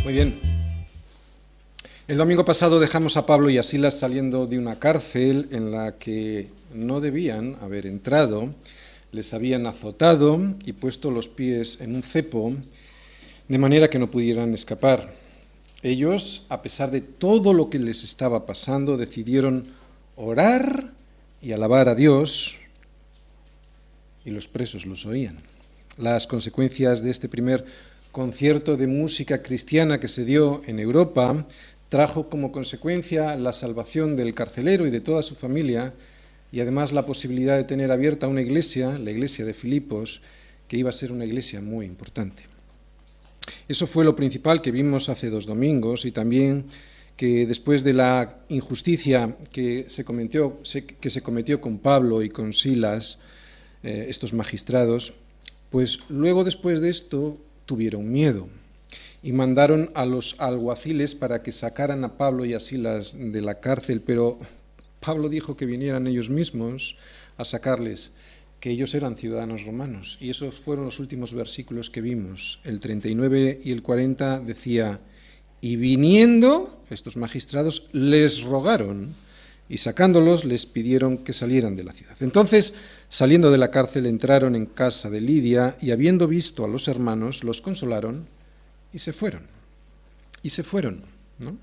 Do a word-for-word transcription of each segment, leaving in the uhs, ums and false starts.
Muy bien. El domingo pasado dejamos a Pablo y a Silas saliendo de una cárcel en la que no debían haber entrado. Les habían azotado y puesto los pies en un cepo, de manera que no pudieran escapar. Ellos, a pesar de todo lo que les estaba pasando, decidieron orar y alabar a Dios, y los presos los oían. Las consecuencias de este primer concierto de música cristiana que se dio en Europa trajo como consecuencia la salvación del carcelero y de toda su familia, y además la posibilidad de tener abierta una iglesia, la iglesia de Filipos, que iba a ser una iglesia muy importante. Eso fue lo principal que vimos hace dos domingos, y también que después de la injusticia que se cometió, que se cometió con Pablo y con Silas, eh, estos magistrados, pues luego después de esto tuvieron miedo y mandaron a los alguaciles para que sacaran a Pablo y a Silas de la cárcel, pero Pablo dijo que vinieran ellos mismos a sacarles, que ellos eran ciudadanos romanos. Y esos fueron los últimos versículos que vimos. El treinta y nueve y el cuarenta decía: y viniendo estos magistrados les rogaron, y sacándolos les pidieron que salieran de la ciudad. Entonces, saliendo de la cárcel, entraron en casa de Lidia, y habiendo visto a los hermanos, los consolaron y se fueron. Y se fueron, ¿no?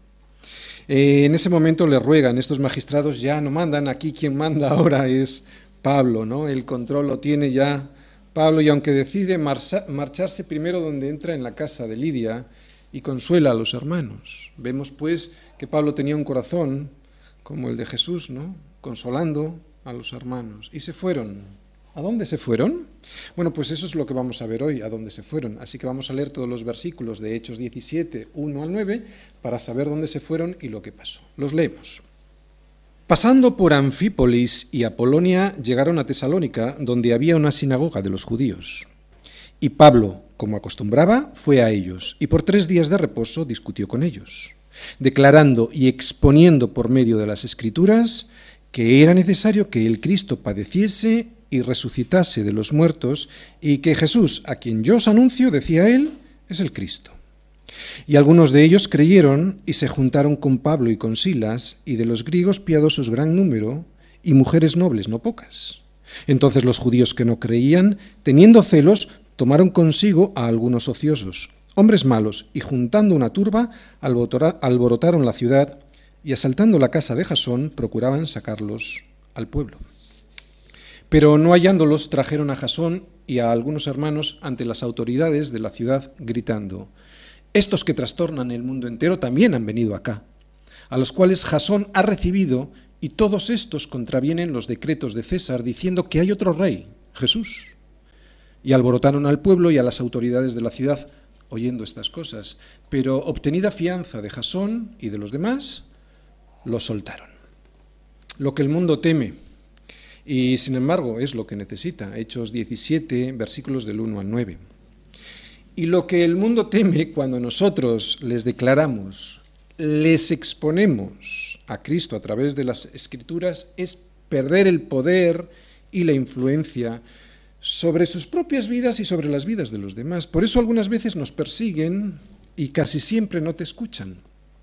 Eh, en ese momento le ruegan, estos magistrados ya no mandan, aquí quien manda ahora es Pablo, ¿no? El control lo tiene ya Pablo, y aunque decide marcha, marcharse primero donde entra en la casa de Lidia y consuela a los hermanos. Vemos pues que Pablo tenía un corazón como el de Jesús, ¿no? Consolando a los hermanos. Y se fueron. ¿A dónde se fueron? Bueno, pues eso es lo que vamos a ver hoy, a dónde se fueron. Así que vamos a leer todos los versículos de Hechos diecisiete, uno al nueve, para saber dónde se fueron y lo que pasó. Los leemos. Pasando por Anfípolis y Apolonia, llegaron a Tesalónica, donde había una sinagoga de los judíos. Y Pablo, como acostumbraba, fue a ellos, y por tres días de reposo discutió con ellos, declarando y exponiendo por medio de las Escrituras que era necesario que el Cristo padeciese y resucitase de los muertos, y que Jesús, a quien yo os anuncio, decía él, es el Cristo. Y algunos de ellos creyeron y se juntaron con Pablo y con Silas, y de los griegos piadosos gran número, y mujeres nobles no pocas. Entonces los judíos que no creían, teniendo celos, tomaron consigo a algunos ociosos, hombres malos, y juntando una turba, alborotaron la ciudad, y asaltando la casa de Jasón, procuraban sacarlos al pueblo. Pero no hallándolos, trajeron a Jasón y a algunos hermanos ante las autoridades de la ciudad, gritando: estos que trastornan el mundo entero también han venido acá, a los cuales Jasón ha recibido, y todos estos contravienen los decretos de César, diciendo que hay otro rey, Jesús. Y alborotaron al pueblo y a las autoridades de la ciudad, oyendo estas cosas, pero obtenida fianza de Jasón y de los demás, los soltaron. Lo que el mundo teme, y sin embargo es lo que necesita. Hechos diecisiete, versículos del uno al nueve. Y lo que el mundo teme cuando nosotros les declaramos, les exponemos a Cristo a través de las Escrituras, es perder el poder y la influencia sobre sus propias vidas y sobre las vidas de los demás. Por eso algunas veces nos persiguen y casi siempre no te escuchan.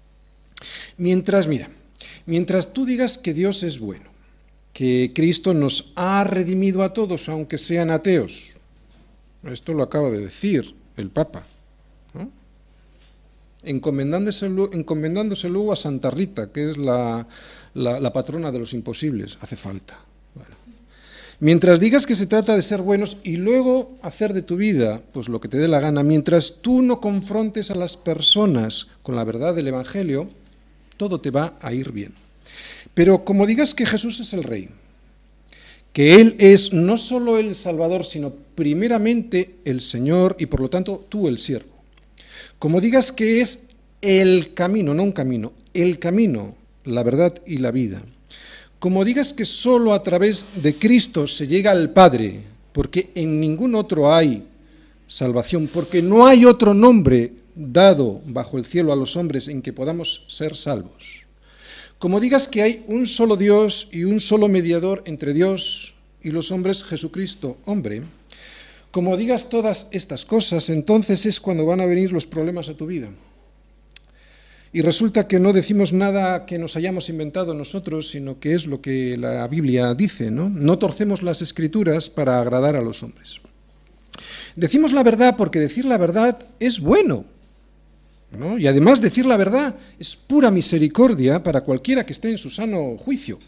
Mientras, mira, mientras tú digas que Dios es bueno, que Cristo nos ha redimido a todos, aunque sean ateos. Esto lo acaba de decir el Papa, ¿no? Encomendándose, encomendándose luego a Santa Rita, que es la, la, la patrona de los imposibles. Hace falta. Bueno. Mientras digas que se trata de ser buenos y luego hacer de tu vida pues lo que te dé la gana, mientras tú no confrontes a las personas con la verdad del Evangelio, todo te va a ir bien. Pero como digas que Jesús es el Rey, que Él es no solo el Salvador, sino primeramente el Señor y por lo tanto tú el siervo, como digas que es el camino, no un camino, el camino, la verdad y la vida, como digas que solo a través de Cristo se llega al Padre, porque en ningún otro hay salvación, porque no hay otro nombre dado bajo el cielo a los hombres en que podamos ser salvos. Como digas que hay un solo Dios y un solo mediador entre Dios y los hombres, Jesucristo, hombre, como digas todas estas cosas, entonces es cuando van a venir los problemas a tu vida. Y resulta que no decimos nada que nos hayamos inventado nosotros, sino que es lo que la Biblia dice, ¿no? No torcemos las Escrituras para agradar a los hombres. Decimos la verdad porque decir la verdad es bueno, ¿no? Y además decir la verdad es pura misericordia para cualquiera que esté en su sano juicio.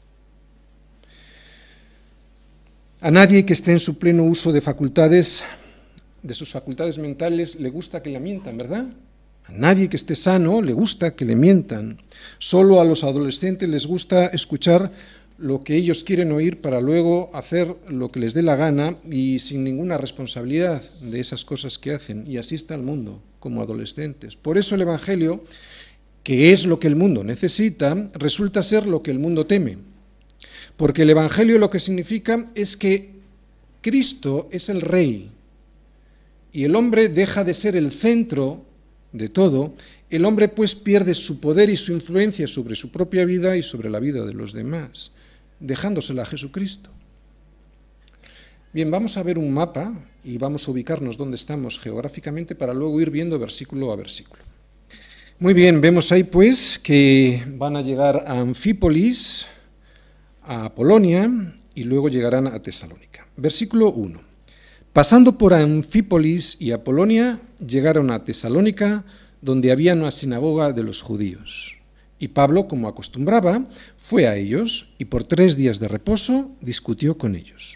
A nadie que esté en su pleno uso de facultades, de sus facultades mentales, le gusta que le mientan, ¿verdad? A nadie que esté sano le gusta que le mientan. Solo a los adolescentes les gusta escuchar lo que ellos quieren oír para luego hacer lo que les dé la gana y sin ninguna responsabilidad de esas cosas que hacen. Y así está el mundo, como adolescentes. Por eso el Evangelio, que es lo que el mundo necesita, resulta ser lo que el mundo teme. Porque el Evangelio lo que significa es que Cristo es el Rey y el hombre deja de ser el centro de todo. El hombre pues pierde su poder y su influencia sobre su propia vida y sobre la vida de los demás, dejándosela a Jesucristo. Bien, vamos a ver un mapa y vamos a ubicarnos donde estamos geográficamente para luego ir viendo versículo a versículo. Muy bien, vemos ahí pues que van a llegar a Anfípolis, a Polonia y luego llegarán a Tesalónica. Versículo uno. Pasando por Anfípolis y Apolonia, llegaron a Tesalónica, donde había una sinagoga de los judíos. Y Pablo, como acostumbraba, fue a ellos y por tres días de reposo discutió con ellos.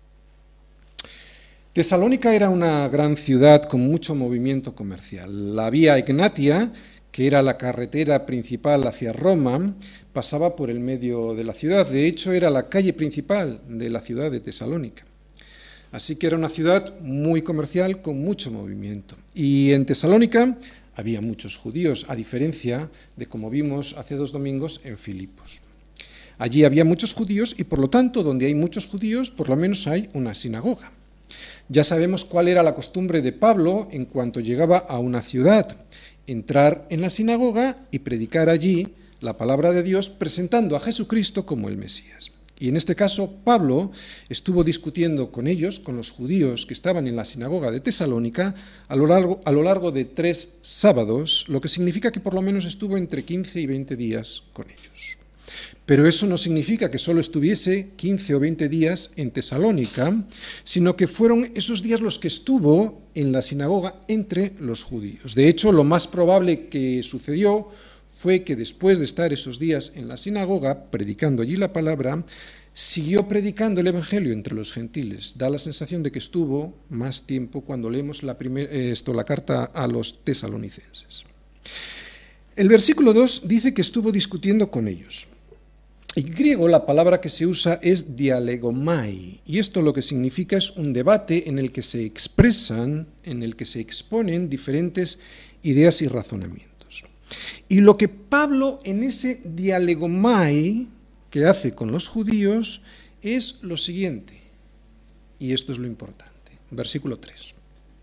Tesalónica era una gran ciudad con mucho movimiento comercial. La vía Egnatia, que era la carretera principal hacia Roma, pasaba por el medio de la ciudad. De hecho, era la calle principal de la ciudad de Tesalónica. Así que era una ciudad muy comercial con mucho movimiento. Y en Tesalónica había muchos judíos, a diferencia de, como vimos hace dos domingos, en Filipos. Allí había muchos judíos y, por lo tanto, donde hay muchos judíos, por lo menos hay una sinagoga. Ya sabemos cuál era la costumbre de Pablo en cuanto llegaba a una ciudad: entrar en la sinagoga y predicar allí la palabra de Dios, presentando a Jesucristo como el Mesías. Y en este caso, Pablo estuvo discutiendo con ellos, con los judíos que estaban en la sinagoga de Tesalónica, a lo largo, a lo largo de tres sábados, lo que significa que por lo menos estuvo entre quince y veinte días con ellos. Pero eso no significa que solo estuviese quince o veinte días en Tesalónica, sino que fueron esos días los que estuvo en la sinagoga entre los judíos. De hecho, lo más probable que sucedió fue que después de estar esos días en la sinagoga, predicando allí la palabra, siguió predicando el Evangelio entre los gentiles. Da la sensación de que estuvo más tiempo cuando leemos la, primer, esto, la carta a los tesalonicenses. El versículo dos dice que estuvo discutiendo con ellos. En griego la palabra que se usa es dialegomai, y esto lo que significa es un debate en el que se expresan, en el que se exponen diferentes ideas y razonamientos. Y lo que Pablo en ese dialegomai que hace con los judíos es lo siguiente, y esto es lo importante, versículo tres.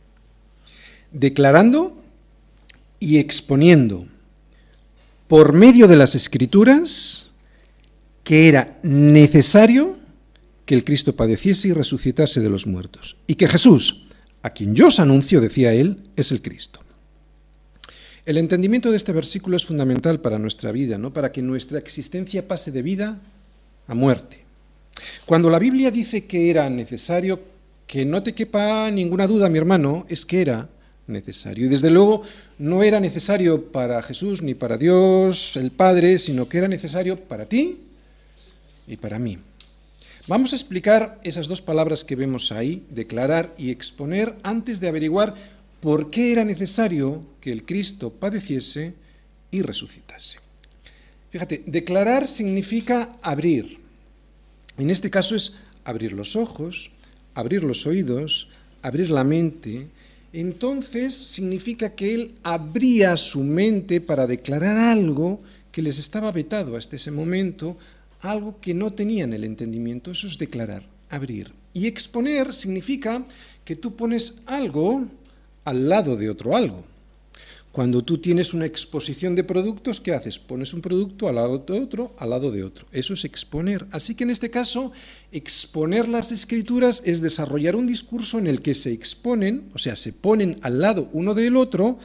Declarando y exponiendo por medio de las Escrituras que era necesario que el Cristo padeciese y resucitase de los muertos, y que Jesús, a quien yo os anuncio, decía él, es el Cristo. El entendimiento de este versículo es fundamental para nuestra vida, ¿no? Para que nuestra existencia pase de vida a muerte. Cuando la Biblia dice que era necesario, que no te quepa ninguna duda, mi hermano, es que era necesario. Y desde luego no era necesario para Jesús ni para Dios el Padre, sino que era necesario para ti y para mí. Vamos a explicar esas dos palabras que vemos ahí, declarar y exponer, antes de averiguar por qué era necesario que el Cristo padeciese y resucitase. Fíjate, declarar significa abrir. En este caso es abrir los ojos, abrir los oídos, abrir la mente. Entonces significa que él abría su mente para declarar algo que les estaba vetado hasta ese momento, algo que no tenían el entendimiento. Eso es declarar, abrir. Y exponer significa que tú pones algo al lado de otro algo. Cuando tú tienes una exposición de productos, ¿qué haces? Pones un producto al lado de otro, al lado de otro. Eso es exponer. Así que en este caso, exponer las Escrituras es desarrollar un discurso en el que se exponen, o sea, se ponen al lado uno del otro,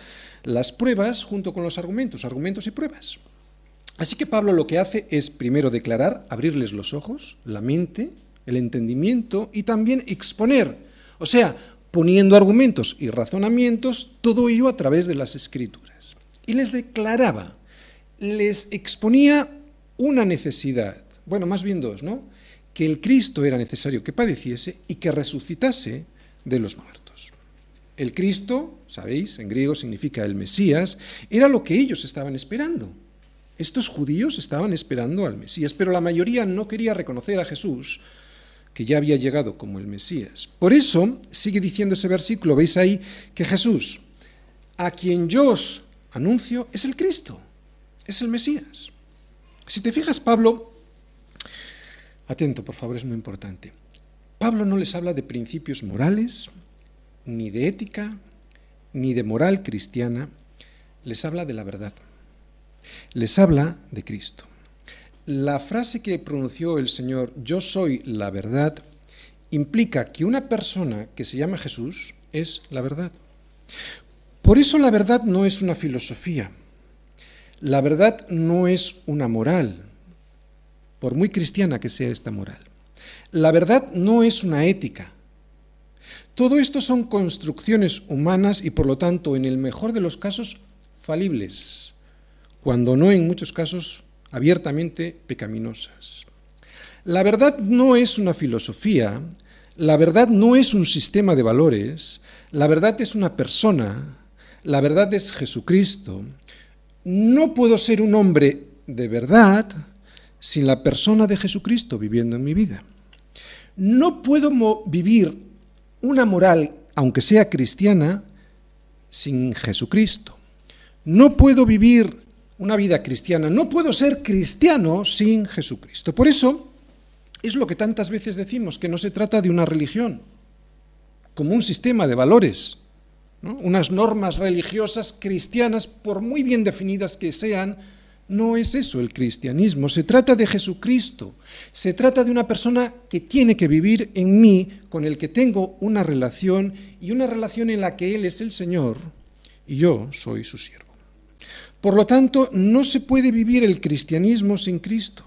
las pruebas junto con los argumentos, argumentos y pruebas. Así que Pablo lo que hace es primero declarar, abrirles los ojos, la mente, el entendimiento y también exponer, o sea, poniendo argumentos y razonamientos, todo ello a través de las Escrituras. Y les declaraba, les exponía una necesidad, bueno, más bien dos, ¿no? Que el Cristo era necesario que padeciese y que resucitase de los muertos. El Cristo, sabéis, en griego significa el Mesías, era lo que ellos estaban esperando. Estos judíos estaban esperando al Mesías, pero la mayoría no quería reconocer a Jesús, que ya había llegado como el Mesías. Por eso, sigue diciendo ese versículo, veis ahí, que Jesús, a quien yo os anuncio, es el Cristo, es el Mesías. Si te fijas, Pablo, atento, por favor, es muy importante. Pablo no les habla de principios morales, ni de ética, ni de moral cristiana, les habla de la verdad. Les habla de Cristo. La frase que pronunció el Señor, yo soy la verdad, implica que una persona que se llama Jesús es la verdad. Por eso la verdad no es una filosofía, la verdad no es una moral, por muy cristiana que sea esta moral. La verdad no es una ética. Todo esto son construcciones humanas y por lo tanto, en el mejor de los casos, falibles, cuando no en muchos casos abiertamente pecaminosas. La verdad no es una filosofía, la verdad no es un sistema de valores, la verdad es una persona, la verdad es Jesucristo. No puedo ser un hombre de verdad sin la persona de Jesucristo viviendo en mi vida. No puedo vivir una moral, aunque sea cristiana, sin Jesucristo. No puedo vivir una vida cristiana, no puedo ser cristiano sin Jesucristo. Por eso es lo que tantas veces decimos, que no se trata de una religión, como un sistema de valores, ¿no? Unas normas religiosas cristianas, por muy bien definidas que sean, no es eso el cristianismo. Se trata de Jesucristo, se trata de una persona que tiene que vivir en mí, con el que tengo una relación, y una relación en la que Él es el Señor y yo soy su siervo. Por lo tanto, no se puede vivir el cristianismo sin Cristo.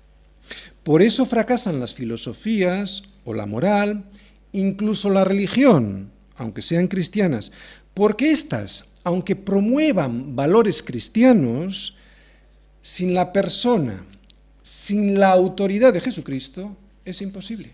Por eso fracasan las filosofías o la moral, incluso la religión, aunque sean cristianas, porque éstas, aunque promuevan valores cristianos, sin la persona, sin la autoridad de Jesucristo, es imposible.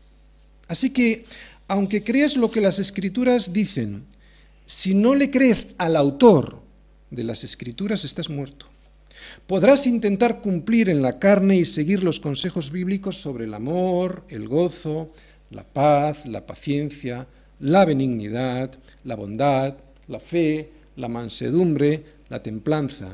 Así que, aunque creas lo que las Escrituras dicen, si no le crees al autor de las Escrituras, estás muerto. Podrás intentar cumplir en la carne y seguir los consejos bíblicos sobre el amor, el gozo, la paz, la paciencia, la benignidad, la bondad, la fe, la mansedumbre, la templanza,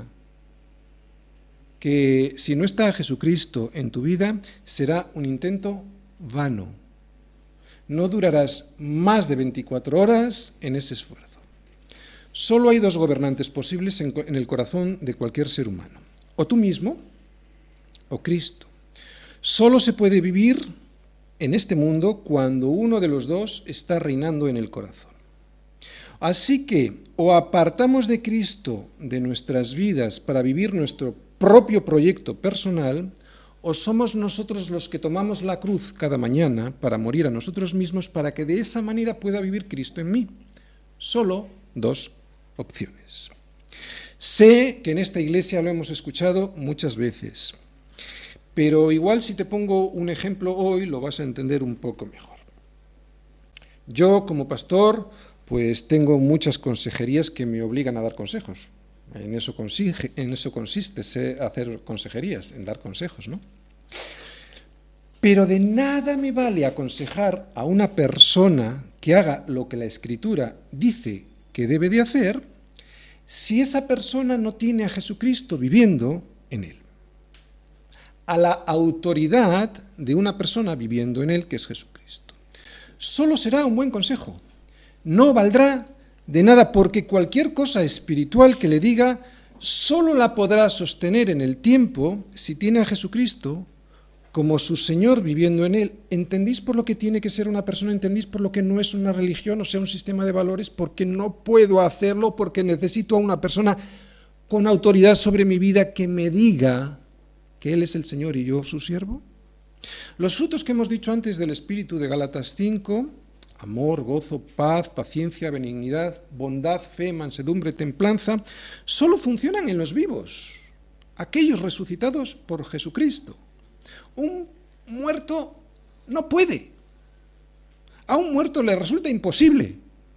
que si no está Jesucristo en tu vida, será un intento vano. No durarás más de veinticuatro horas en ese esfuerzo. Solo hay dos gobernantes posibles en, en el corazón de cualquier ser humano, o tú mismo o Cristo. Solo se puede vivir en este mundo cuando uno de los dos está reinando en el corazón. Así que o apartamos de Cristo de nuestras vidas para vivir nuestro propio proyecto personal, o somos nosotros los que tomamos la cruz cada mañana para morir a nosotros mismos para que de esa manera pueda vivir Cristo en mí. Solo dos opciones. Sé que en esta iglesia lo hemos escuchado muchas veces, pero igual si te pongo un ejemplo hoy lo vas a entender un poco mejor. Yo como pastor pues tengo muchas consejerías que me obligan a dar consejos. En eso consiste, en eso consiste sé hacer consejerías, en dar consejos, ¿no? Pero de nada me vale aconsejar a una persona que haga lo que la Escritura dice que debe de hacer si esa persona no tiene a Jesucristo viviendo en él. A la autoridad de una persona viviendo en él, que es Jesucristo. Solo será un buen consejo. No valdrá de nada, porque cualquier cosa espiritual que le diga solo la podrá sostener en el tiempo si tiene a Jesucristo como su Señor viviendo en él. ¿Entendéis por lo que tiene que ser una persona? ¿Entendéis por lo que no es una religión, o sea, un sistema de valores? Porque no puedo hacerlo, porque necesito a una persona con autoridad sobre mi vida que me diga que Él es el Señor y yo su siervo. Los frutos que hemos dicho antes del Espíritu de Gálatas cinco, amor, gozo, paz, paciencia, benignidad, bondad, fe, mansedumbre, templanza, solo funcionan en los vivos, aquellos resucitados por Jesucristo. Un muerto no puede. A un muerto le resulta imposible.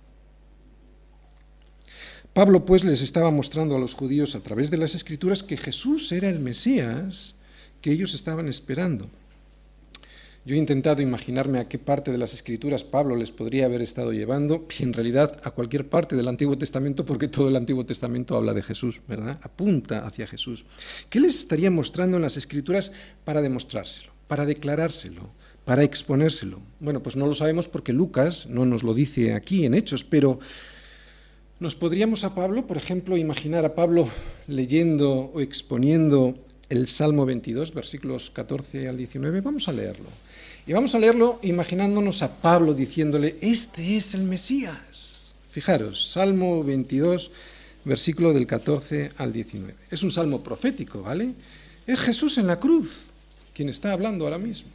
Pablo, pues, les estaba mostrando a los judíos a través de las Escrituras que Jesús era el Mesías que ellos estaban esperando. Yo he intentado imaginarme a qué parte de las Escrituras Pablo les podría haber estado llevando, y en realidad a cualquier parte del Antiguo Testamento, porque todo el Antiguo Testamento habla de Jesús, ¿verdad? Apunta hacia Jesús. ¿Qué les estaría mostrando en las Escrituras para demostrárselo, para declarárselo, para exponérselo? Bueno, pues no lo sabemos porque Lucas no nos lo dice aquí en Hechos, pero ¿nos podríamos a Pablo, por ejemplo, imaginar a Pablo leyendo o exponiendo el Salmo veintidós, versículos catorce al diecinueve? Vamos a leerlo. Y vamos a leerlo imaginándonos a Pablo diciéndole, este es el Mesías. Fijaros, Salmo veintidós, versículo del catorce al diecinueve. Es un salmo profético, ¿vale? Es Jesús en la cruz quien está hablando ahora mismo.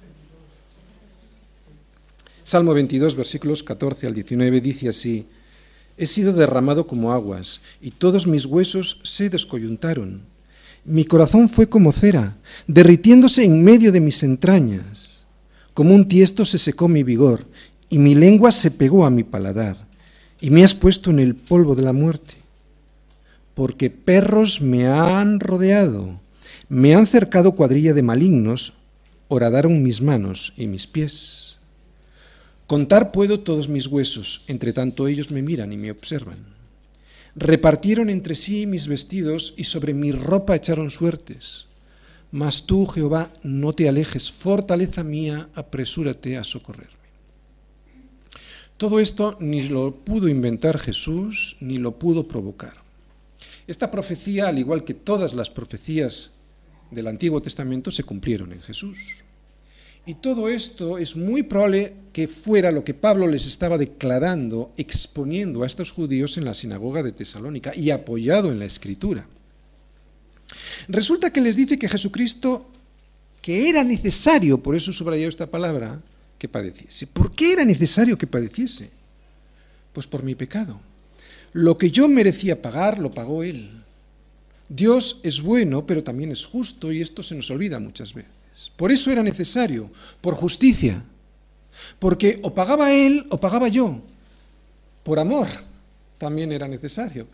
Salmo veintidós, versículos catorce al diecinueve, dice así: he sido derramado como aguas, y todos mis huesos se descoyuntaron. Mi corazón fue como cera, derritiéndose en medio de mis entrañas. Como un tiesto se secó mi vigor, y mi lengua se pegó a mi paladar, y me has puesto en el polvo de la muerte. Porque perros me han rodeado, me han cercado cuadrilla de malignos, horadaron mis manos y mis pies. Contar puedo todos mis huesos, entre tanto ellos me miran y me observan. Repartieron entre sí mis vestidos y sobre mi ropa echaron suertes. Mas tú, Jehová, no te alejes, fortaleza mía, apresúrate a socorrerme. Todo esto ni lo pudo inventar Jesús, ni lo pudo provocar. Esta profecía, al igual que todas las profecías del Antiguo Testamento, se cumplieron en Jesús. Y todo esto es muy probable que fuera lo que Pablo les estaba declarando, exponiendo a estos judíos en la sinagoga de Tesalónica y apoyado en la Escritura. Resulta que les dice que Jesucristo, que era necesario, por eso he subrayado esta palabra, que padeciese. ¿Por qué era necesario que padeciese? Pues por mi pecado. Lo que yo merecía pagar, lo pagó Él. Dios es bueno, pero también es justo, y esto se nos olvida muchas veces. Por eso era necesario, por justicia, porque o pagaba Él o pagaba yo. Por amor también era necesario.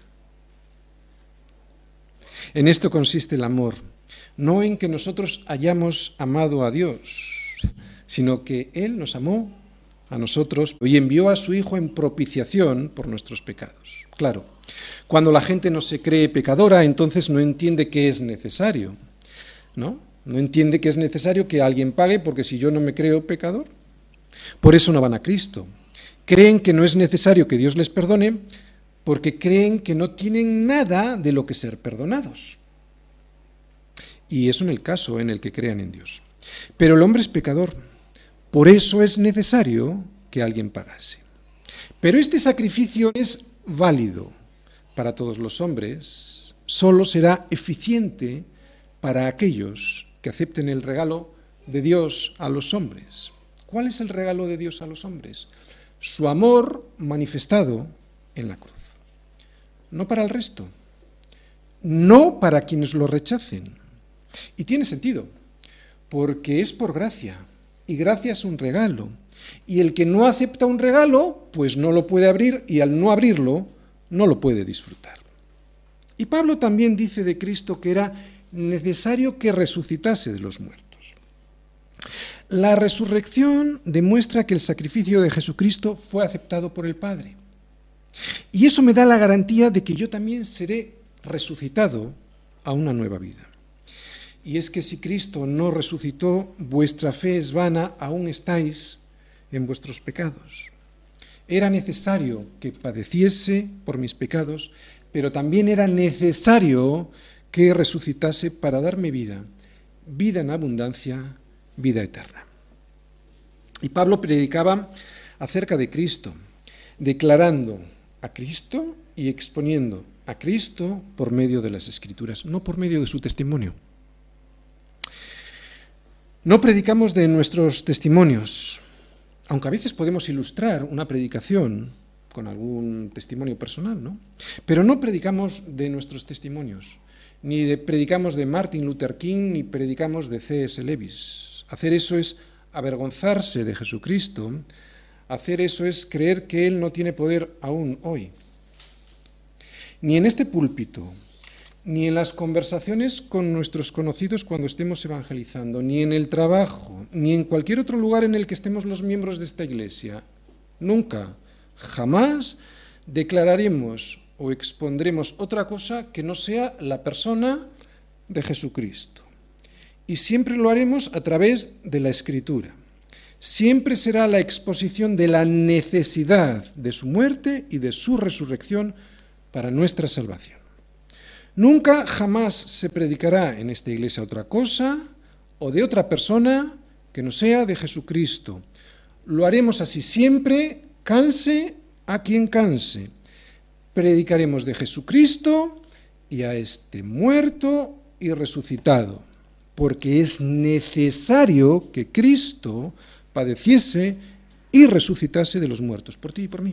En esto consiste el amor, no en que nosotros hayamos amado a Dios, sino que Él nos amó a nosotros y envió a su Hijo en propiciación por nuestros pecados. Claro, cuando la gente no se cree pecadora, entonces no entiende que es necesario, ¿no? No entiende que es necesario que alguien pague, porque si yo no me creo pecador, por eso no van a Cristo. Creen que no es necesario que Dios les perdone, porque creen que no tienen nada de lo que ser perdonados. Y eso en el caso en el que crean en Dios. Pero el hombre es pecador, por eso es necesario que alguien pagase. Pero este sacrificio es válido para todos los hombres, solo será eficiente para aquellos que acepten el regalo de Dios a los hombres. ¿Cuál es el regalo de Dios a los hombres? Su amor manifestado en la cruz. No para el resto, no para quienes lo rechacen. Y tiene sentido, porque es por gracia, y gracia es un regalo. Y el que no acepta un regalo, pues no lo puede abrir, y al no abrirlo, no lo puede disfrutar. Y Pablo también dice de Cristo que era necesario que resucitase de los muertos. La resurrección demuestra que el sacrificio de Jesucristo fue aceptado por el Padre. Y eso me da la garantía de que yo también seré resucitado a una nueva vida. Y es que si Cristo no resucitó, vuestra fe es vana, aún estáis en vuestros pecados. Era necesario que padeciese por mis pecados, pero también era necesario que resucitase para darme vida, vida en abundancia vida eterna. Y Pablo predicaba acerca de Cristo, declarando a Cristo y exponiendo a Cristo por medio de las Escrituras, no por medio de su testimonio. No predicamos de nuestros testimonios, aunque a veces podemos ilustrar una predicación con algún testimonio personal, ¿no? Pero no predicamos de nuestros testimonios, ni de, predicamos de Martin Luther King, ni predicamos de C S Lewis. Hacer eso es avergonzarse de Jesucristo, hacer eso es creer que Él no tiene poder aún hoy. Ni en este púlpito, ni en las conversaciones con nuestros conocidos cuando estemos evangelizando, ni en el trabajo, ni en cualquier otro lugar en el que estemos los miembros de esta iglesia, nunca, jamás declararemos o expondremos otra cosa que no sea la persona de Jesucristo. Y siempre lo haremos a través de la Escritura. Siempre será la exposición de la necesidad de su muerte y de su resurrección para nuestra salvación. Nunca, jamás se predicará en esta iglesia otra cosa o de otra persona que no sea de Jesucristo. Lo haremos así siempre, canse a quien canse. Predicaremos de Jesucristo y a este muerto y resucitado, porque es necesario que Cristo padeciese y resucitase de los muertos, por ti y por mí.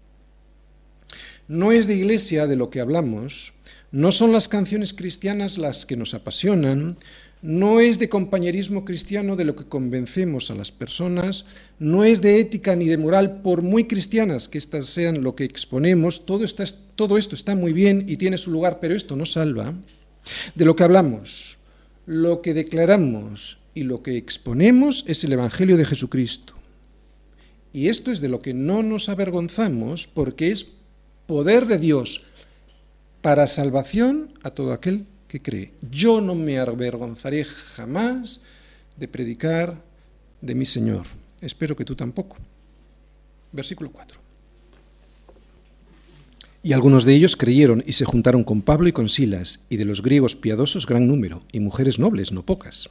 No es de iglesia de lo que hablamos, no son las canciones cristianas las que nos apasionan, no es de compañerismo cristiano de lo que convencemos a las personas, no es de ética ni de moral, por muy cristianas que éstas sean lo que exponemos, todo, está, todo esto está muy bien y tiene su lugar, pero esto no salva. De lo que hablamos, lo que declaramos y lo que exponemos es el Evangelio de Jesucristo. Y esto es de lo que no nos avergonzamos, porque es poder de Dios para salvación a todo aquel que cree. Yo no me avergonzaré jamás de predicar de mi Señor. Espero que tú tampoco. Versículo cuatro. Y algunos de ellos creyeron y se juntaron con Pablo y con Silas, y de los griegos piadosos gran número, y mujeres nobles, no pocas.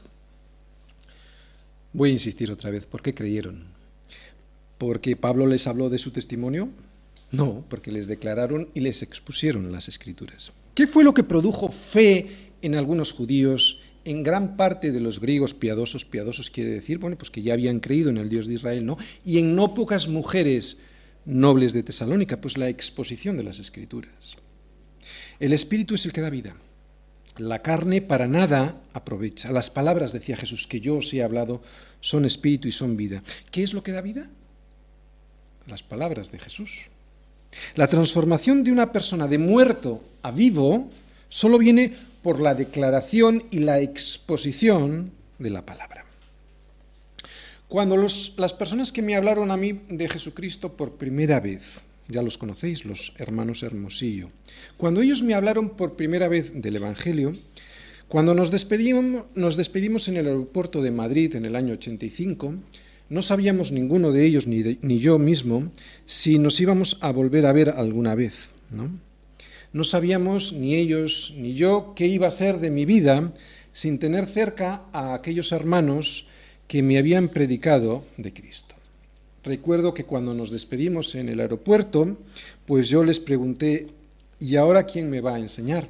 Voy a insistir otra vez, ¿por qué creyeron? ¿Porque Pablo les habló de su testimonio? No, porque les declararon y les expusieron las Escrituras. ¿Qué fue lo que produjo fe en algunos judíos, en gran parte de los griegos piadosos? Piadosos quiere decir, bueno, pues que ya habían creído en el Dios de Israel, ¿no? Y en no pocas mujeres nobles de Tesalónica, pues la exposición de las Escrituras. El Espíritu es el que da vida. La carne para nada aprovecha. Las palabras, decía Jesús, que yo os he hablado, son espíritu y son vida. ¿Qué es lo que da vida? Las palabras de Jesús. La transformación de una persona de muerto a vivo solo viene por la declaración y la exposición de la palabra. Cuando los, las personas que me hablaron a mí de Jesucristo por primera vez, ya los conocéis, los hermanos Hermosillo, cuando ellos me hablaron por primera vez del Evangelio, cuando nos despedimos, nos despedimos en el aeropuerto de Madrid en el año ochenta y cinco, no sabíamos ninguno de ellos, ni, de, ni yo mismo, si nos íbamos a volver a ver alguna vez, ¿no? No sabíamos ni ellos ni yo qué iba a ser de mi vida sin tener cerca a aquellos hermanos que me habían predicado de Cristo. Recuerdo que cuando nos despedimos en el aeropuerto, pues yo les pregunté, ¿y ahora quién me va a enseñar?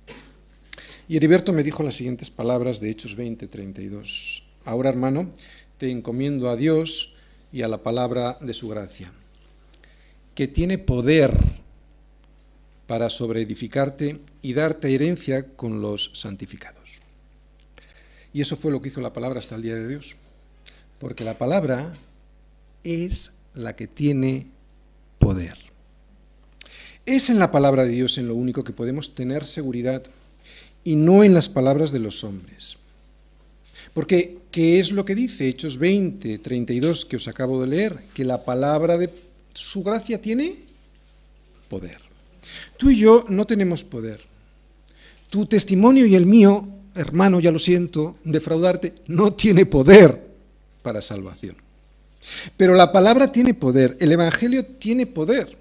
Y Heriberto me dijo las siguientes palabras de Hechos veinte, treinta y dos. Ahora, hermano, te encomiendo a Dios y a la palabra de su gracia, que tiene poder para sobreedificarte y darte herencia con los santificados. Y eso fue lo que hizo la palabra hasta el día de Dios, porque la palabra es la que tiene poder. Es en la palabra de Dios en lo único que podemos tener seguridad y no en las palabras de los hombres. Porque, ¿qué es lo que dice Hechos veinte, treinta y dos que os acabo de leer? Que la palabra de su gracia tiene poder. Tú y yo no tenemos poder. Tu testimonio y el mío, hermano, ya lo siento, defraudarte, no tiene poder para salvación. Pero la palabra tiene poder, el Evangelio tiene poder.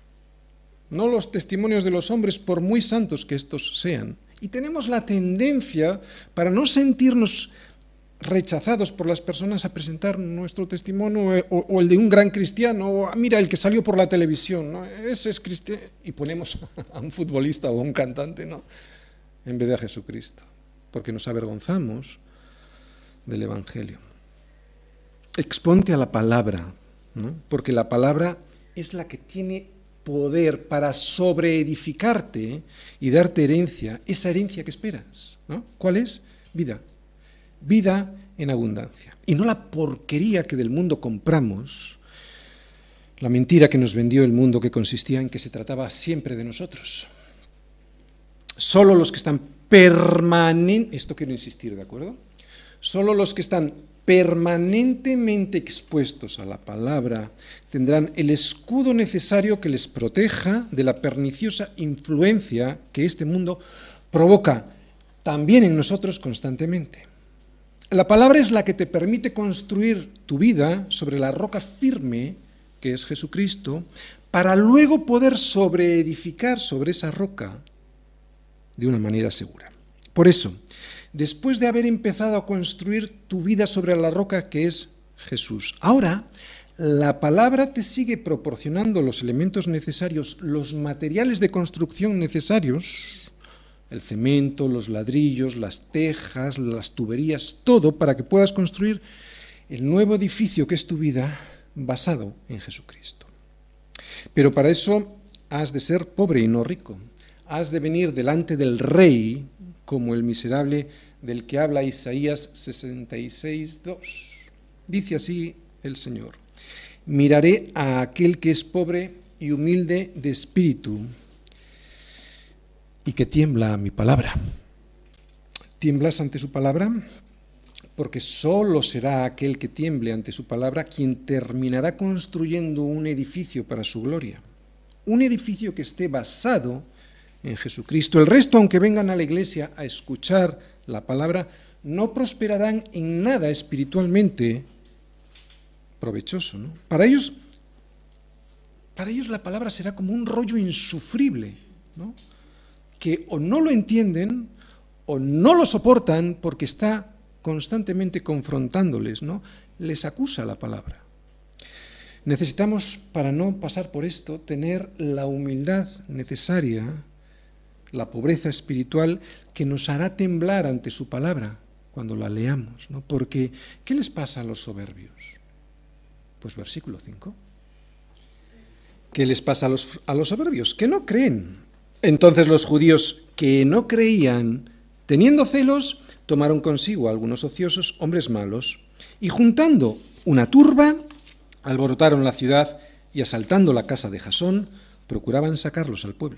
No los testimonios de los hombres, por muy santos que estos sean. Y tenemos la tendencia, para no sentirnos rechazados por las personas a presentar nuestro testimonio o, o el de un gran cristiano, o ah, mira, el que salió por la televisión, ¿no? Ese es cristiano, y ponemos a un futbolista o a un cantante, ¿no?, en vez de a Jesucristo, porque nos avergonzamos del Evangelio. Exponte a la palabra, ¿no?, porque la palabra es la que tiene poder para sobreedificarte y darte herencia, esa herencia que esperas, ¿no? ¿Cuál es? Vida. Vida en abundancia. Y no la porquería que del mundo compramos, la mentira que nos vendió el mundo, que consistía en que se trataba siempre de nosotros. Solo los que están permanentemente, esto quiero insistir, ¿de acuerdo? Solo los que están permanentemente expuestos a la palabra tendrán el escudo necesario que les proteja de la perniciosa influencia que este mundo provoca también en nosotros constantemente. La palabra es la que te permite construir tu vida sobre la roca firme, que es Jesucristo, para luego poder sobreedificar sobre esa roca de una manera segura. Por eso, después de haber empezado a construir tu vida sobre la roca que es Jesús, ahora la palabra te sigue proporcionando los elementos necesarios, los materiales de construcción necesarios, el cemento, los ladrillos, las tejas, las tuberías, todo para que puedas construir el nuevo edificio que es tu vida basado en Jesucristo. Pero para eso has de ser pobre y no rico. Has de venir delante del Rey como el miserable del que habla Isaías sesenta y seis, dos. Dice así el Señor: miraré a aquel que es pobre y humilde de espíritu y que tiembla a mi palabra. ¿Tiemblas ante su palabra? Porque solo será aquel que tiemble ante su palabra quien terminará construyendo un edificio para su gloria. Un edificio que esté basado en Jesucristo. El resto, aunque vengan a la iglesia a escuchar la palabra, no prosperarán en nada espiritualmente provechoso, ¿no? Para ellos, para ellos la palabra será como un rollo insufrible, ¿no?, que o no lo entienden o no lo soportan porque está constantemente confrontándoles, ¿no? Les acusa la palabra. Necesitamos, para no pasar por esto, tener la humildad necesaria, la pobreza espiritual que nos hará temblar ante su palabra cuando la leamos, ¿no? Porque, ¿qué les pasa a los soberbios? Pues versículo cinco. ¿Qué les pasa a los, a los soberbios? Que no creen. Entonces los judíos que no creían, teniendo celos, tomaron consigo a algunos ociosos, hombres malos, y juntando una turba, alborotaron la ciudad y asaltando la casa de Jasón, procuraban sacarlos al pueblo.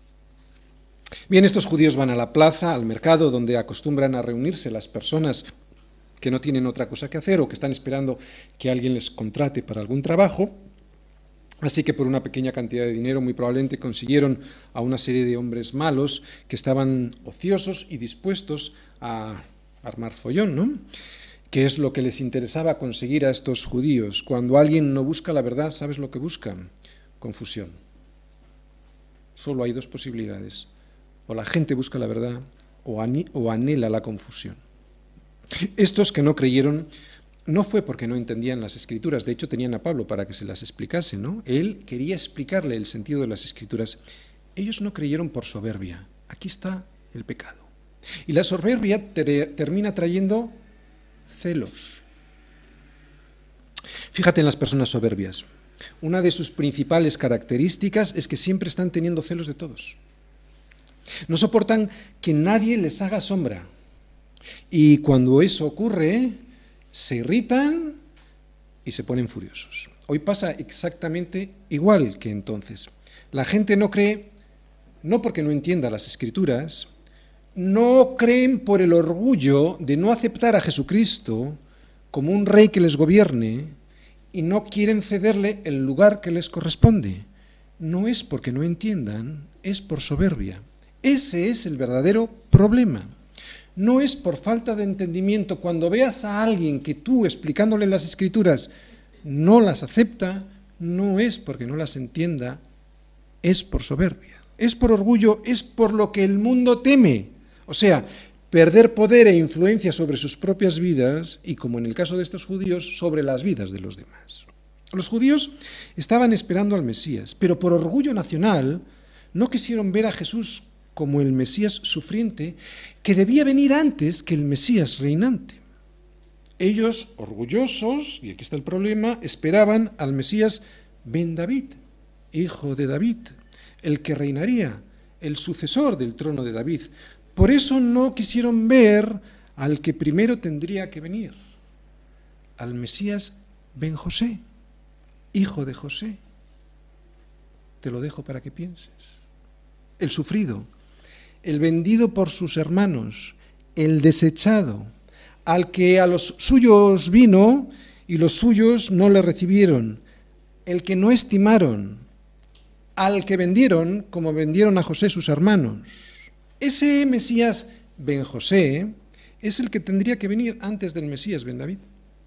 Bien, estos judíos van a la plaza, al mercado, donde acostumbran a reunirse las personas que no tienen otra cosa que hacer o que están esperando que alguien les contrate para algún trabajo. Así que por una pequeña cantidad de dinero muy probablemente consiguieron a una serie de hombres malos que estaban ociosos y dispuestos a armar follón, ¿no? ¿Qué es lo que les interesaba conseguir a estos judíos? Cuando alguien no busca la verdad, ¿sabes lo que buscan? Confusión. Solo hay dos posibilidades. O la gente busca la verdad o, o anhela la confusión. Estos que no creyeron no fue porque no entendían las Escrituras, de hecho tenían a Pablo para que se las explicase, ¿no? Él quería explicarle el sentido de las Escrituras. Ellos no creyeron por soberbia. Aquí está el pecado. Y la soberbia ter- termina trayendo celos. Fíjate en las personas soberbias. Una de sus principales características es que siempre están teniendo celos de todos. No soportan que nadie les haga sombra. Y cuando eso ocurre, se irritan y se ponen furiosos. Hoy pasa exactamente igual que entonces. La gente no cree, no porque no entienda las Escrituras, no creen por el orgullo de no aceptar a Jesucristo como un rey que les gobierne y no quieren cederle el lugar que les corresponde. No es porque no entiendan, es por soberbia. Ese es el verdadero problema. No es por falta de entendimiento. Cuando veas a alguien que tú, explicándole las Escrituras, no las acepta, no es porque no las entienda, es por soberbia, es por orgullo, es por lo que el mundo teme. O sea, perder poder e influencia sobre sus propias vidas y, como en el caso de estos judíos, sobre las vidas de los demás. Los judíos estaban esperando al Mesías, pero por orgullo nacional no quisieron ver a Jesús como el Mesías sufriente que debía venir antes que el Mesías reinante. Ellos, orgullosos, y aquí está el problema, esperaban al Mesías Ben David, hijo de David, el que reinaría, el sucesor del trono de David. Por eso no quisieron ver al que primero tendría que venir, al Mesías Ben José, hijo de José. Te lo dejo para que pienses. El sufrido, el vendido por sus hermanos, el desechado, al que a los suyos vino y los suyos no le recibieron, el que no estimaron, al que vendieron como vendieron a José sus hermanos. Ese Mesías Ben José es el que tendría que venir antes del Mesías Ben David.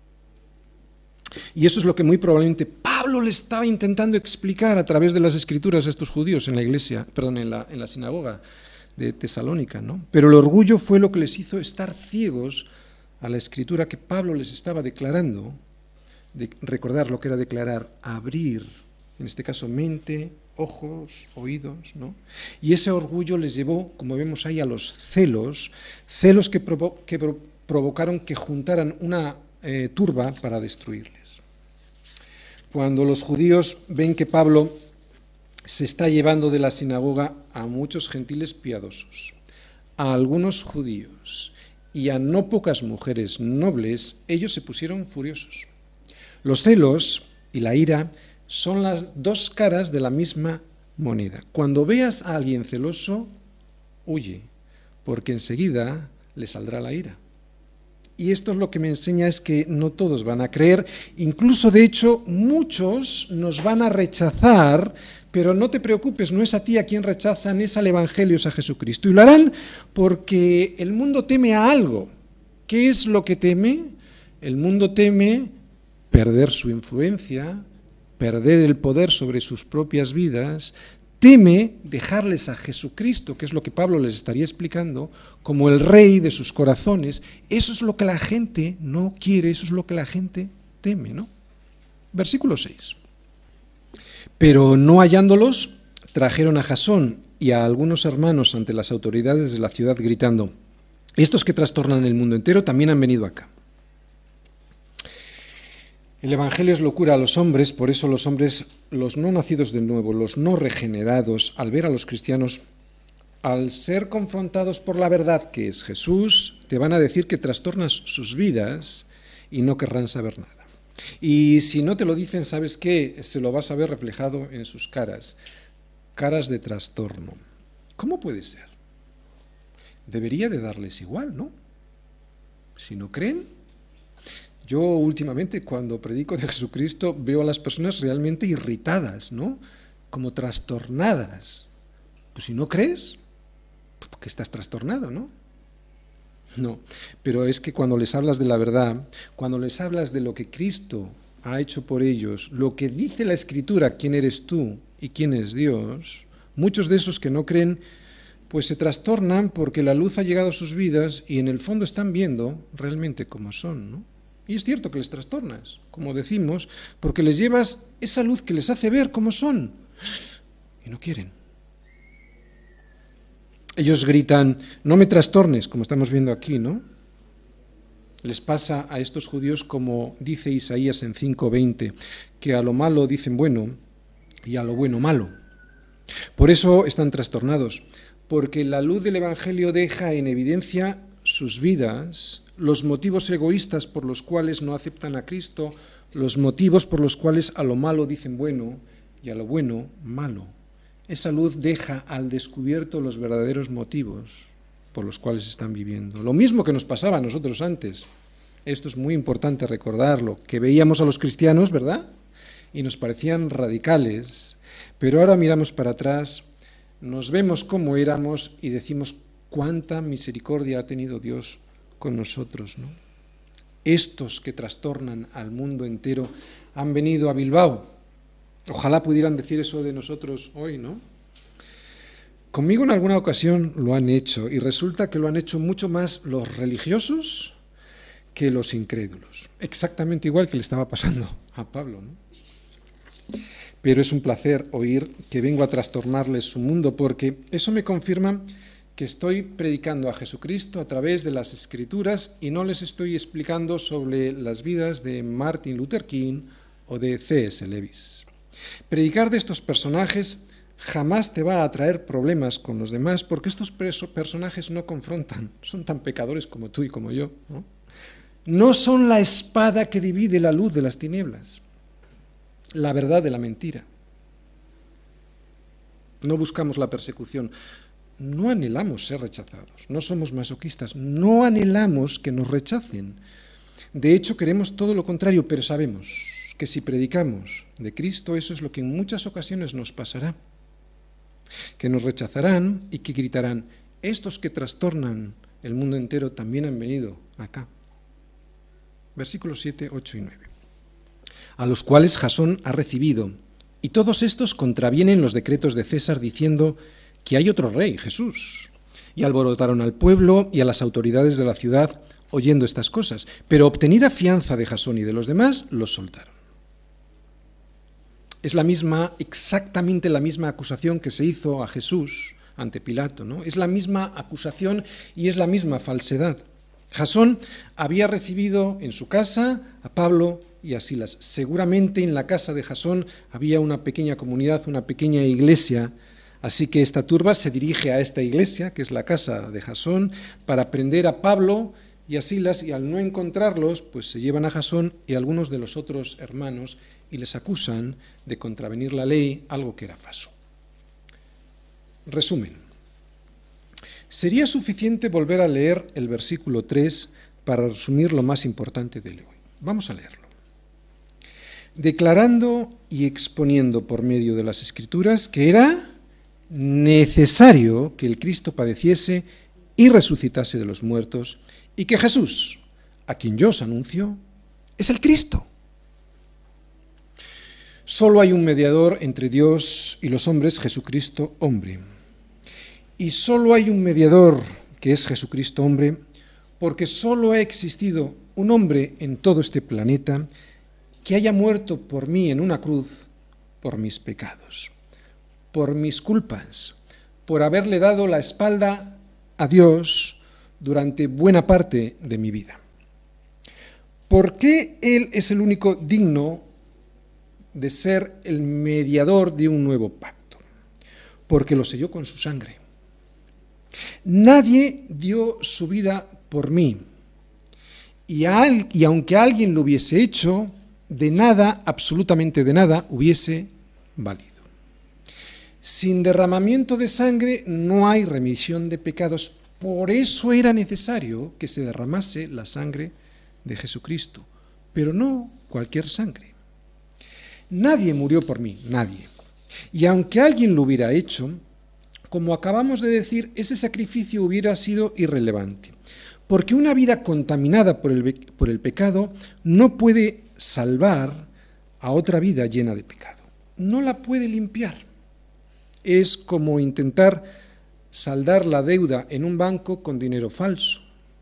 Y eso es lo que muy probablemente Pablo le estaba intentando explicar a través de las escrituras a estos judíos en la iglesia, perdón, en la, en la sinagoga de Tesalónica, ¿no? Pero el orgullo fue lo que les hizo estar ciegos a la escritura que Pablo les estaba declarando, de recordar lo que era declarar, abrir, en este caso mente, ojos, oídos, ¿no? Y ese orgullo les llevó, como vemos ahí, a los celos, celos que, provo que pro provocaron que juntaran una eh, turba para destruirles. Cuando los judíos ven que Pablo se está llevando de la sinagoga a muchos gentiles piadosos, a algunos judíos y a no pocas mujeres nobles, ellos se pusieron furiosos. Los celos y la ira son las dos caras de la misma moneda. Cuando veas a alguien celoso, huye, porque enseguida le saldrá la ira. Y esto es lo que me enseña, es que no todos van a creer, incluso de hecho muchos nos van a rechazar, pero no te preocupes, no es a ti a quien rechazan, es al Evangelio, es a Jesucristo. Y lo harán porque el mundo teme a algo. ¿Qué es lo que teme? El mundo teme perder su influencia, perder el poder sobre sus propias vidas, teme dejarles a Jesucristo, que es lo que Pablo les estaría explicando, como el rey de sus corazones. Eso es lo que la gente no quiere, eso es lo que la gente teme, ¿no? Versículo seis. Pero no hallándolos, trajeron a Jasón y a algunos hermanos ante las autoridades de la ciudad, gritando: estos que trastornan el mundo entero también han venido acá. El Evangelio es locura a los hombres, por eso los hombres, los no nacidos de nuevo, los no regenerados, al ver a los cristianos, al ser confrontados por la verdad que es Jesús, te van a decir que trastornas sus vidas y no querrán saber nada. Y si no te lo dicen, ¿sabes qué? Se lo vas a ver reflejado en sus caras, caras de trastorno. ¿Cómo puede ser? Debería de darles igual, ¿no? Si no creen. Yo últimamente cuando predico de Jesucristo veo a las personas realmente irritadas, ¿no? Como trastornadas. Pues si no crees, porque estás trastornado, ¿no? No, pero es que cuando les hablas de la verdad, cuando les hablas de lo que Cristo ha hecho por ellos, lo que dice la Escritura, quién eres tú y quién es Dios, muchos de esos que no creen, pues se trastornan porque la luz ha llegado a sus vidas y en el fondo están viendo realmente cómo son, ¿no? Y es cierto que les trastornas, como decimos, porque les llevas esa luz que les hace ver cómo son y no quieren. Ellos gritan: no me trastornes, como estamos viendo aquí, ¿no? Les pasa a estos judíos como dice Isaías en cinco veinte, que a lo malo dicen bueno y a lo bueno malo. Por eso están trastornados, porque la luz del Evangelio deja en evidencia sus vidas, los motivos egoístas por los cuales no aceptan a Cristo, los motivos por los cuales a lo malo dicen bueno y a lo bueno malo. Esa luz deja al descubierto los verdaderos motivos por los cuales están viviendo. Lo mismo que nos pasaba a nosotros antes. Esto es muy importante recordarlo, que veíamos a los cristianos, ¿verdad? Y nos parecían radicales, pero ahora miramos para atrás, nos vemos como éramos y decimos cuánta misericordia ha tenido Dios con nosotros, ¿no? Estos que trastornan al mundo entero han venido a Bilbao. Ojalá pudieran decir eso de nosotros hoy, ¿no? Conmigo en alguna ocasión lo han hecho y resulta que lo han hecho mucho más los religiosos que los incrédulos. Exactamente igual que le estaba pasando a Pablo, ¿no? Pero es un placer oír que vengo a trastornarles su mundo, porque eso me confirma que estoy predicando a Jesucristo a través de las Escrituras y no les estoy explicando sobre las vidas de Martin Luther King o de C S Lewis. Predicar de estos personajes jamás te va a traer problemas con los demás, porque estos personajes no confrontan, son tan pecadores como tú y como yo, ¿no? No son la espada que divide la luz de las tinieblas, la verdad de la mentira. No buscamos la persecución, no anhelamos ser rechazados, no somos masoquistas, no anhelamos que nos rechacen. De hecho, queremos todo lo contrario, pero sabemos que si predicamos de Cristo, eso es lo que en muchas ocasiones nos pasará. Que nos rechazarán y que gritarán: estos que trastornan el mundo entero también han venido acá. Versículos siete, ocho y nueve. A los cuales Jasón ha recibido, y todos estos contravienen los decretos de César diciendo que hay otro rey, Jesús. Y alborotaron al pueblo y a las autoridades de la ciudad oyendo estas cosas, pero obtenida fianza de Jasón y de los demás, los soltaron. Es la misma, exactamente la misma acusación que se hizo a Jesús ante Pilato, ¿no? Es la misma acusación y es la misma falsedad. Jasón había recibido en su casa a Pablo y a Silas. Seguramente en la casa de Jasón había una pequeña comunidad, una pequeña iglesia, así que esta turba se dirige a esta iglesia, que es la casa de Jasón, para prender a Pablo y a Silas, y al no encontrarlos, pues se llevan a Jasón y a algunos de los otros hermanos y les acusan de contravenir la ley, algo que era falso. Resumen. Sería suficiente volver a leer el versículo tres para resumir lo más importante de hoy. Vamos a leerlo. Declarando y exponiendo por medio de las Escrituras que era necesario que el Cristo padeciese y resucitase de los muertos, y que Jesús, a quien yo os anuncio, es el Cristo. Solo hay un mediador entre Dios y los hombres, Jesucristo, hombre. Y solo hay un mediador, que es Jesucristo, hombre, porque solo ha existido un hombre en todo este planeta que haya muerto por mí en una cruz por mis pecados, por mis culpas, por haberle dado la espalda a Dios durante buena parte de mi vida. ¿Por qué Él es el único digno de ser el mediador de un nuevo pacto? Porque lo selló con su sangre. Nadie dio su vida por mí, y, al, y aunque alguien lo hubiese hecho, de nada, absolutamente de nada, hubiese valido. Sin derramamiento de sangre no hay remisión de pecados. Por eso era necesario que se derramase la sangre de Jesucristo, pero no cualquier sangre. Nadie murió por mí, nadie. Y aunque alguien lo hubiera hecho, como acabamos de decir, ese sacrificio hubiera sido irrelevante, porque una vida contaminada por el, por el pecado no puede salvar a otra vida llena de pecado. No la puede limpiar. Es como intentar saldar la deuda en un banco con dinero falso.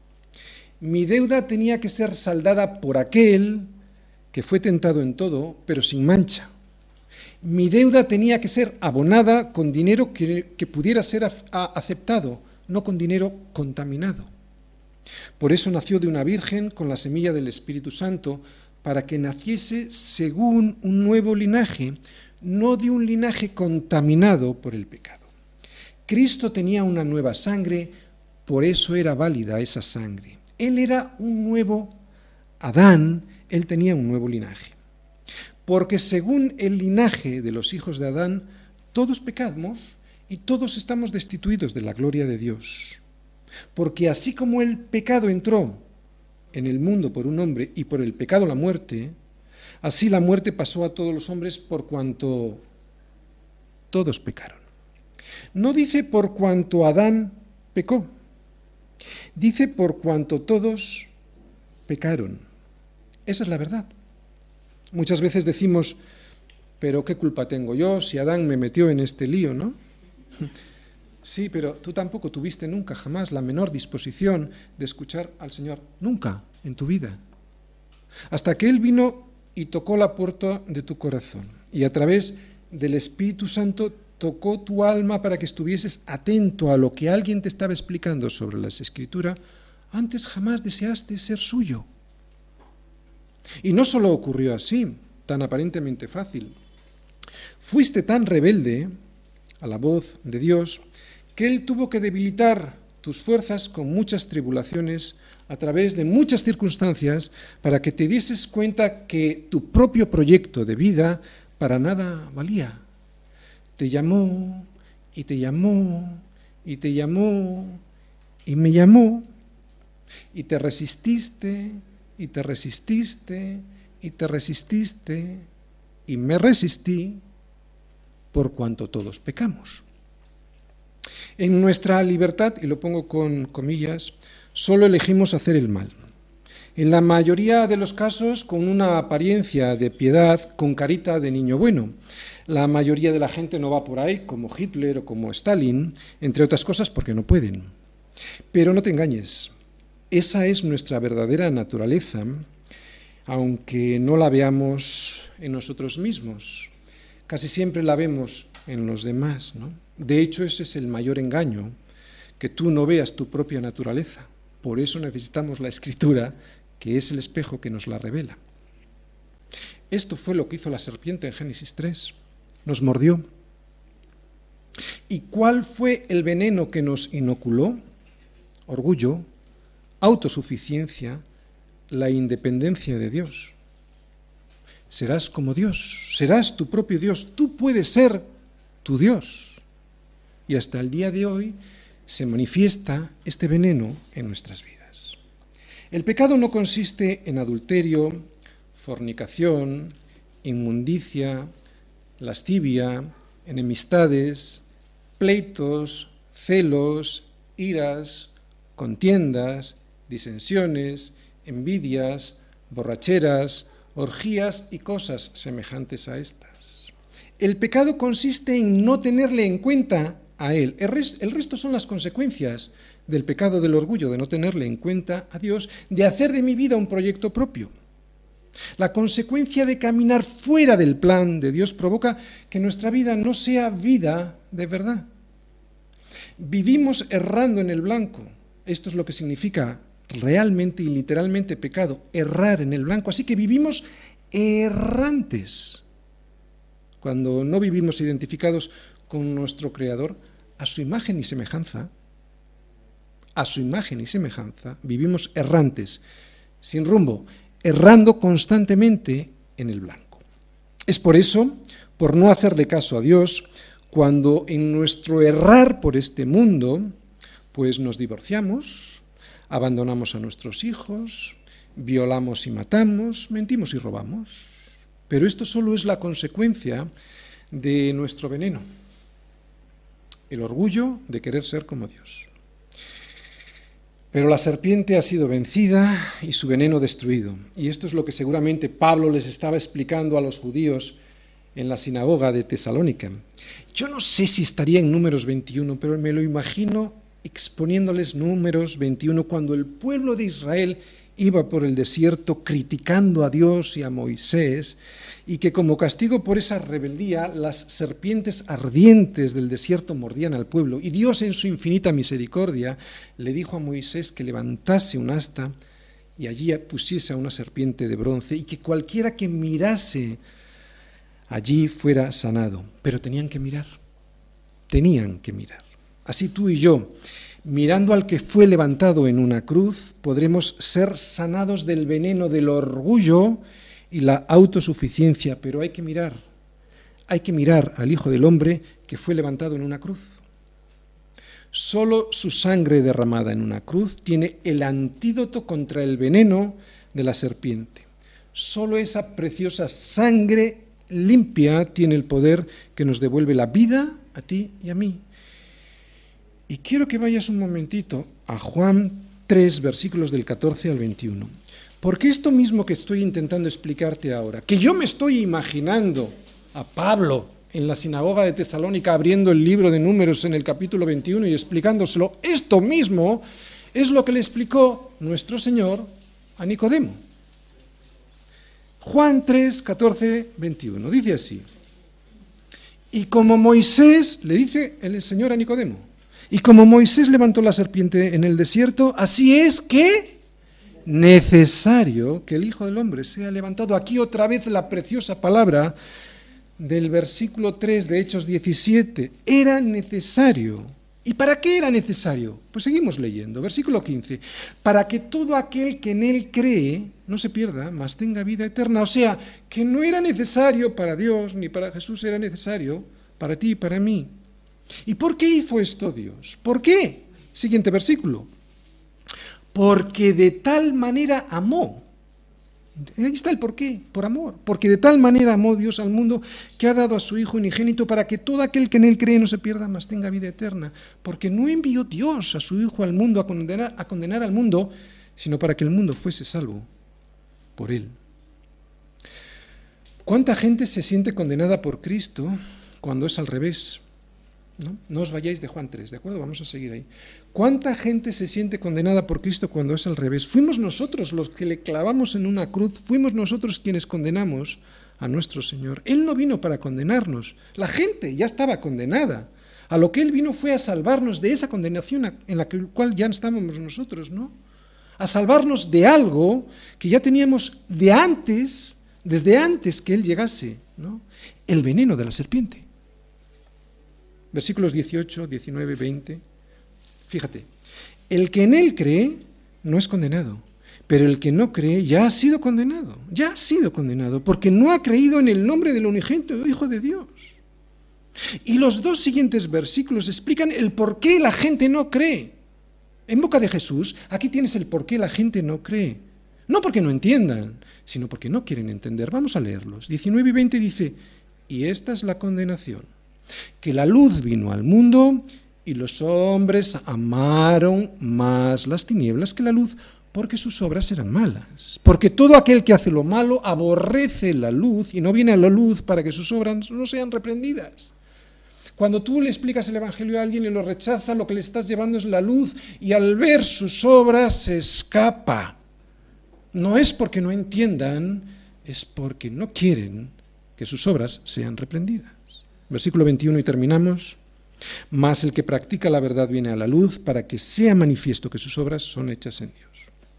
Mi deuda tenía que ser saldada por aquel que fue tentado en todo, pero sin mancha. Mi deuda tenía que ser abonada con dinero que, que pudiera ser a, a, aceptado, no con dinero contaminado. Por eso nació de una virgen con la semilla del Espíritu Santo, para que naciese según un nuevo linaje, no de un linaje contaminado por el pecado. Cristo tenía una nueva sangre, por eso era válida esa sangre. Él era un nuevo Adán, él tenía un nuevo linaje. Porque según el linaje de los hijos de Adán, todos pecamos y todos estamos destituidos de la gloria de Dios. Porque así como el pecado entró en el mundo por un hombre y por el pecado la muerte, así la muerte pasó a todos los hombres por cuanto todos pecaron. No dice por cuanto Adán pecó, dice por cuanto todos pecaron. Esa es la verdad. Muchas veces decimos, pero ¿qué culpa tengo yo si Adán me metió en este lío, no? Sí, pero tú tampoco tuviste nunca, jamás, la menor disposición de escuchar al Señor. Nunca en tu vida. Hasta que Él vino y tocó la puerta de tu corazón. Y a través del Espíritu Santo tocó tu alma para que estuvieses atento a lo que alguien te estaba explicando sobre las Escrituras. Antes jamás deseaste ser suyo. Y no solo ocurrió así, tan aparentemente fácil. Fuiste tan rebelde a la voz de Dios que Él tuvo que debilitar tus fuerzas con muchas tribulaciones a través de muchas circunstancias para que te dieses cuenta que tu propio proyecto de vida para nada valía. Te llamó y te llamó y te llamó y me llamó y te resististe y te resististe y te resististe y me resistí por cuanto todos pecamos. En nuestra libertad, y lo pongo con comillas, solo elegimos hacer el mal. En la mayoría de los casos con una apariencia de piedad, con carita de niño bueno. La mayoría de la gente no va por ahí como Hitler o como Stalin, entre otras cosas porque no pueden. Pero no te engañes, esa es nuestra verdadera naturaleza, aunque no la veamos en nosotros mismos. Casi siempre la vemos en los demás, ¿no? De hecho, ese es el mayor engaño, que tú no veas tu propia naturaleza. Por eso necesitamos la Escritura, que es el espejo que nos la revela. Esto fue lo que hizo la serpiente en Génesis tres. Nos mordió. ¿Y cuál fue el veneno que nos inoculó? Orgullo, autosuficiencia, la independencia de Dios. Serás como Dios, serás tu propio Dios, tú puedes ser tu Dios. Y hasta el día de hoy se manifiesta este veneno en nuestras vidas. El pecado no consiste en adulterio, fornicación, inmundicia, lascivia, enemistades, pleitos, celos, iras, contiendas, disensiones, envidias, borracheras, orgías y cosas semejantes a estas. El pecado consiste en no tenerle en cuenta a Él. El, res, el resto son las consecuencias del pecado del orgullo, de no tenerle en cuenta a Dios, de hacer de mi vida un proyecto propio. La consecuencia de caminar fuera del plan de Dios provoca que nuestra vida no sea vida de verdad. Vivimos errando en el blanco. Esto es lo que significa realmente y literalmente pecado, errar en el blanco. Así que vivimos errantes cuando no vivimos identificados con nuestro Creador a su imagen y semejanza. A su imagen y semejanza vivimos errantes, sin rumbo, errando constantemente en el blanco. Es por eso, por no hacerle caso a Dios, cuando en nuestro errar por este mundo, pues nos divorciamos, abandonamos a nuestros hijos, violamos y matamos, mentimos y robamos. Pero esto solo es la consecuencia de nuestro veneno, el orgullo de querer ser como Dios. Pero la serpiente ha sido vencida y su veneno destruido. Y esto es lo que seguramente Pablo les estaba explicando a los judíos en la sinagoga de Tesalónica. Yo no sé si estaría en Números veintiuno, pero me lo imagino exponiéndoles Números veintiuno, cuando el pueblo de Israel iba por el desierto criticando a Dios y a Moisés, y que como castigo por esa rebeldía, las serpientes ardientes del desierto mordían al pueblo, y Dios en su infinita misericordia le dijo a Moisés que levantase un asta y allí pusiese a una serpiente de bronce, y que cualquiera que mirase allí fuera sanado. Pero tenían que mirar, tenían que mirar. Así tú y yo, mirando al que fue levantado en una cruz, podremos ser sanados del veneno del orgullo y la autosuficiencia, pero hay que mirar, hay que mirar al Hijo del Hombre que fue levantado en una cruz. Solo su sangre derramada en una cruz tiene el antídoto contra el veneno de la serpiente. Solo esa preciosa sangre limpia tiene el poder que nos devuelve la vida a ti y a mí. Y quiero que vayas un momentito a Juan tres, versículos del catorce al veintiuno. Porque esto mismo que estoy intentando explicarte ahora, que yo me estoy imaginando a Pablo en la sinagoga de Tesalónica abriendo el libro de Números en el capítulo veintiuno y explicándoselo, esto mismo es lo que le explicó nuestro Señor a Nicodemo. Juan tres, catorce, veintiuno, dice así: y como Moisés, le dice el Señor a Nicodemo, y como Moisés levantó la serpiente en el desierto, así es que necesario que el Hijo del Hombre sea levantado. Aquí otra vez la preciosa palabra del versículo tres de Hechos diecisiete. Era necesario. ¿Y para qué era necesario? Pues seguimos leyendo. Versículo quince. Para que todo aquel que en él cree no se pierda, mas tenga vida eterna. O sea, que no era necesario para Dios ni para Jesús, era necesario para ti y para mí. ¿Y por qué hizo esto Dios? ¿Por qué? Siguiente versículo. Porque de tal manera amó. Ahí está el por qué, por amor. Porque de tal manera amó Dios al mundo que ha dado a su Hijo unigénito para que todo aquel que en él cree no se pierda, mas tenga vida eterna. Porque no envió Dios a su Hijo al mundo a condenar, a condenar al mundo, sino para que el mundo fuese salvo por él. ¿Cuánta gente se siente condenada por Cristo cuando es al revés? ¿No? No os vayáis de Juan tres, ¿de acuerdo? Vamos a seguir ahí. ¿Cuánta gente se siente condenada por Cristo cuando es al revés? Fuimos nosotros los que le clavamos en una cruz, fuimos nosotros quienes condenamos a nuestro Señor. Él no vino para condenarnos, la gente ya estaba condenada. A lo que Él vino fue a salvarnos de esa condenación en la cual ya estábamos nosotros, ¿no? A salvarnos de algo que ya teníamos de antes, desde antes que Él llegase, ¿no? El veneno de la serpiente. Versículos dieciocho, diecinueve, veinte. Fíjate, el que en él cree no es condenado, pero el que no cree ya ha sido condenado, ya ha sido condenado, porque no ha creído en el nombre del unigénito Hijo de Dios. Y los dos siguientes versículos explican el por qué la gente no cree. En boca de Jesús, aquí tienes el por qué la gente no cree. No porque no entiendan, sino porque no quieren entender. Vamos a leerlos. diecinueve y veinte dice, y esta es la condenación, que la luz vino al mundo y los hombres amaron más las tinieblas que la luz porque sus obras eran malas. Porque todo aquel que hace lo malo aborrece la luz y no viene a la luz para que sus obras no sean reprendidas. Cuando tú le explicas el Evangelio a alguien y lo rechaza, lo que le estás llevando es la luz y al ver sus obras se escapa. No es porque no entiendan, es porque no quieren que sus obras sean reprendidas. Versículo veintiuno y terminamos. Mas el que practica la verdad viene a la luz para que sea manifiesto que sus obras son hechas en Dios.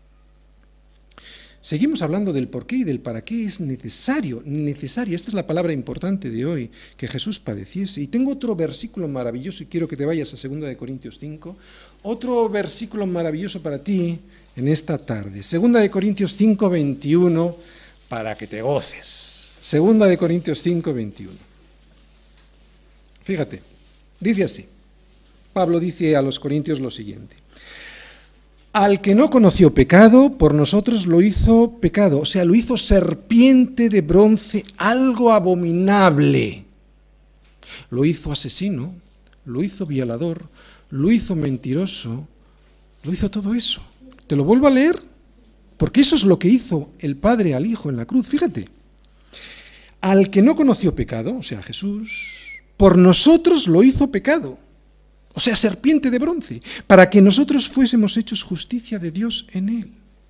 Seguimos hablando del por qué y del para qué es necesario, necesaria, esta es la palabra importante de hoy, que Jesús padeciese. Y tengo otro versículo maravilloso y quiero que te vayas a segunda de Corintios cinco, otro versículo maravilloso para ti en esta tarde. segunda de Corintios cinco, veintiuno, para que te goces. segunda de Corintios cinco, veintiuno. Fíjate, dice así, Pablo dice a los corintios lo siguiente: al que no conoció pecado, por nosotros lo hizo pecado, o sea, lo hizo serpiente de bronce, algo abominable. Lo hizo asesino, lo hizo violador, lo hizo mentiroso, lo hizo todo eso. Te lo vuelvo a leer, porque eso es lo que hizo el Padre al Hijo en la cruz, fíjate. Al que no conoció pecado, o sea, Jesús, por nosotros lo hizo pecado, o sea, serpiente de bronce, para que nosotros fuésemos hechos justicia de Dios en Él.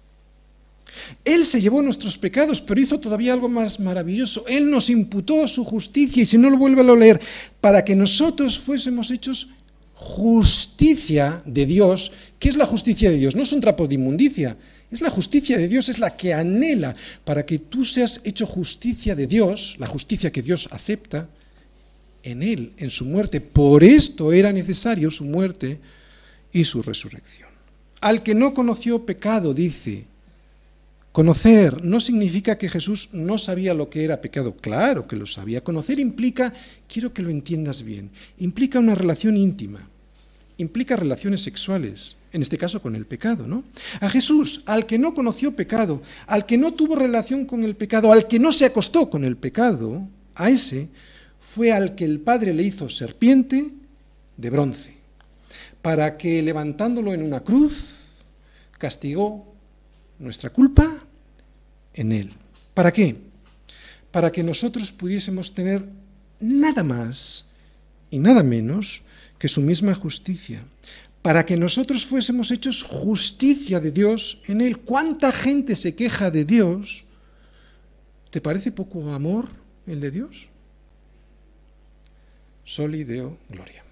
Él se llevó nuestros pecados, pero hizo todavía algo más maravilloso. Él nos imputó su justicia, y si no lo vuelve a leer, para que nosotros fuésemos hechos justicia de Dios. ¿Qué es la justicia de Dios? No es un trapo de inmundicia, es la justicia de Dios, es la que anhela para que tú seas hecho justicia de Dios, la justicia que Dios acepta en Él, en su muerte. Por esto era necesario su muerte y su resurrección. Al que no conoció pecado, dice, conocer no significa que Jesús no sabía lo que era pecado. Claro que lo sabía. Conocer implica, quiero que lo entiendas bien, implica una relación íntima, implica relaciones sexuales, en este caso con el pecado, ¿no? A Jesús, al que no conoció pecado, al que no tuvo relación con el pecado, al que no se acostó con el pecado, a ese fue al que el Padre le hizo serpiente de bronce, para que levantándolo en una cruz, castigó nuestra culpa en Él. ¿Para qué? Para que nosotros pudiésemos tener nada más y nada menos que su misma justicia, para que nosotros fuésemos hechos justicia de Dios en Él. ¿Cuánta gente se queja de Dios? ¿Te parece poco amor el de Dios? Soli Deo Gloria.